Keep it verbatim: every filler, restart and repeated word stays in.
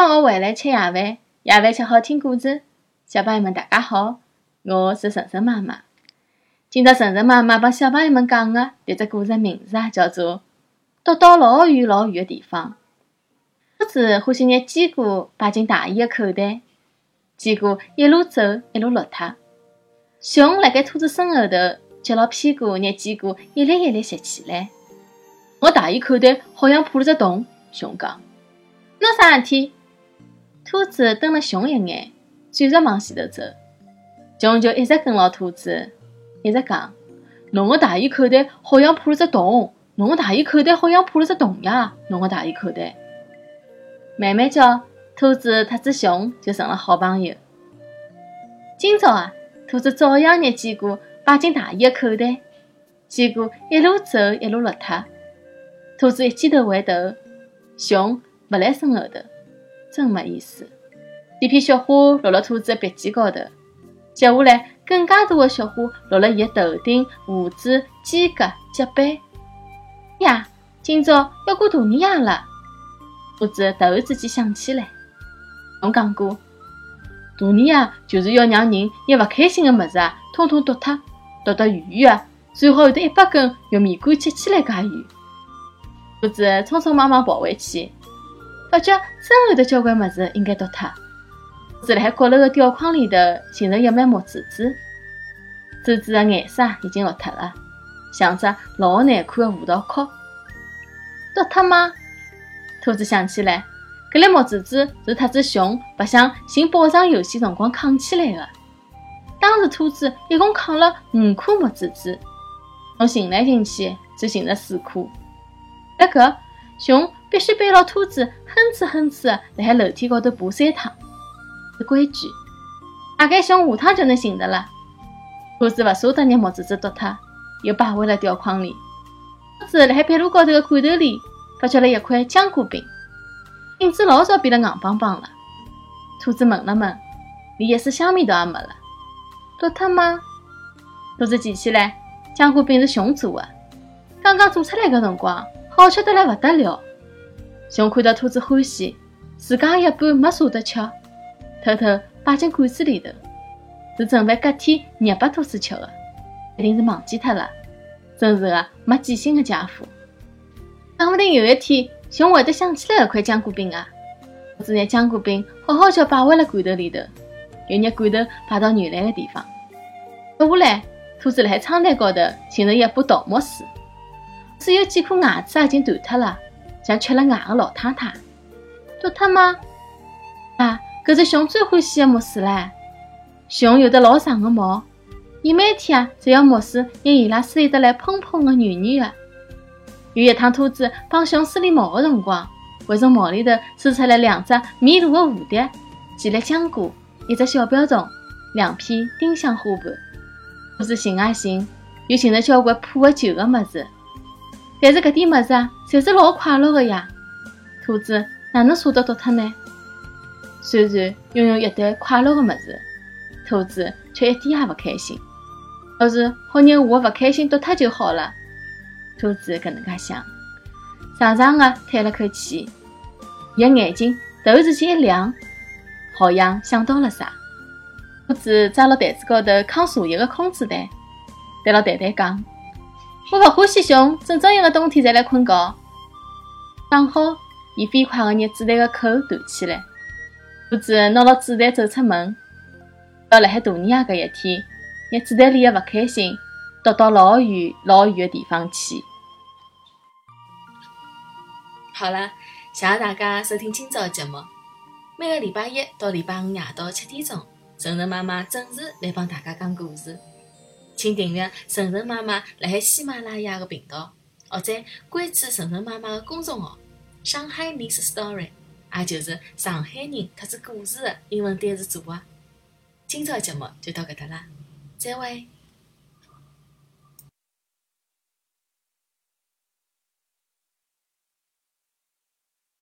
放学回来吃夜饭，夜饭吃好听故事。小朋友们大家好，我是晨晨妈妈。今朝晨晨妈妈帮小朋友们讲的迭只故事名字啊，叫做《躲到老远老远的地方》。兔子欢喜拿坚果摆进大衣的口袋，坚果一路走一路落脱。熊辣盖兔子身后头撅牢屁股，拿坚果一粒一粒拾起来。我大衣口袋好像破了只洞，熊讲。侬啥事体？兔子瞪了熊一眼，继续往前头走。熊就一直跟牢兔子，一直讲：侬个大衣口袋好像破了只洞，侬个大衣口袋好像破了只洞呀，侬个大衣口袋。慢慢叫，兔子特子熊就成了好朋友。今朝啊，兔子照样拿坚果摆进大衣的口袋，坚果一路走一路落脱。兔子一记头回头，熊勿辣身后头，真没意思。几片雪花落了兔子的鼻尖高头，接下来更加多的雪花落了伊的头顶、胡子、肩胛、脚背。呀，今朝要过大年夜了！兔子突然之间想起来，熊讲过，大年夜就是要让人拿勿开心的物事啊，统统躲脱，躲得远远的，最好有得一百根玉米杆切起来介远。兔子匆匆忙忙跑回去，发觉真有得交关物事应该躲脱。兔子辣海角落的吊筐里头寻着一枚木珠珠，珠珠的颜色已经落脱了，像只老难看的胡桃壳。躲脱吗？兔子想起来，搿粒木珠珠是特子熊白相寻宝藏游戏辰光扛起来的。当时兔子一共扛了五颗木珠珠，从寻来寻去只寻了四颗。辣搿，熊必须背牢兔子哼哧哼哧的辣海楼梯高头爬三趟，是规矩。大概熊下趟就能寻得了。兔子勿舍得拿木珠珠躲脱，又摆回了吊筐里。兔子辣海壁炉高头的罐头里发觉了一块浆果饼，饼子老早变得硬邦邦了。兔子闻了闻，连一丝香味都也没了。躲脱吗？兔子记起来，浆果饼是熊做的，刚刚做出来的辰光好吃得来勿得了。熊看到兔子欢喜，自家一半没舍得吃，偷偷摆进罐子里头，是准备隔天热拨兔子吃的，一定是忘记脱了。真是个没记性的家伙。讲不定有一天熊会得想起来搿块浆果饼啊。兔子拿浆果饼好好叫摆回了罐头里头，又拿罐头摆到原来的地方。接下来，兔子辣海窗台高头寻着一把桃木梳，只有几颗牙齿已经断脱了，像缺了牙的老太太。躲脱吗？啊，搿是熊最欢喜的木梳唻。熊有得老长的毛，伊每天啊侪要木梳让伊拉梳理得来蓬蓬的软软的。有一趟兔子帮熊梳理毛的辰光，会从毛里头梳出来两只迷路的蝴蝶、几粒浆果、一只小瓢虫、两片丁香花瓣。兔子寻啊寻，又寻着交关破的旧的物事，但是搿点物事啊，侪是老快乐的呀。兔子哪能舍得躲脱呢？虽然拥有一堆快乐的物事，兔子却一点也勿开心。要是好让我的勿开心躲脱就好了。兔子搿能介想，长长的叹了口气，伊的眼睛突然之间一亮，好像想到了啥。兔子抓牢台子高头扛茶叶的空纸袋，对牢袋袋讲：我勿欢喜熊整整一个冬天侪来困觉。讲好，伊飞快地拿纸袋的口弹起来。兔子拿牢纸袋走出门，要辣海大年夜搿一天，拿纸袋里的勿开心躲到老远老远的地方去。 好了，谢谢大家收听今朝的节目。每个礼拜一到礼拜五夜到七点钟，晨晨妈妈准时来帮大家讲故事。请订阅晨晨妈妈辣海喜马拉雅的频道，或者关注晨晨妈妈的公众号上海 News Story， 也就是上海人特子故事的英文单词组合。今朝的节目就到搿搭啦，再会。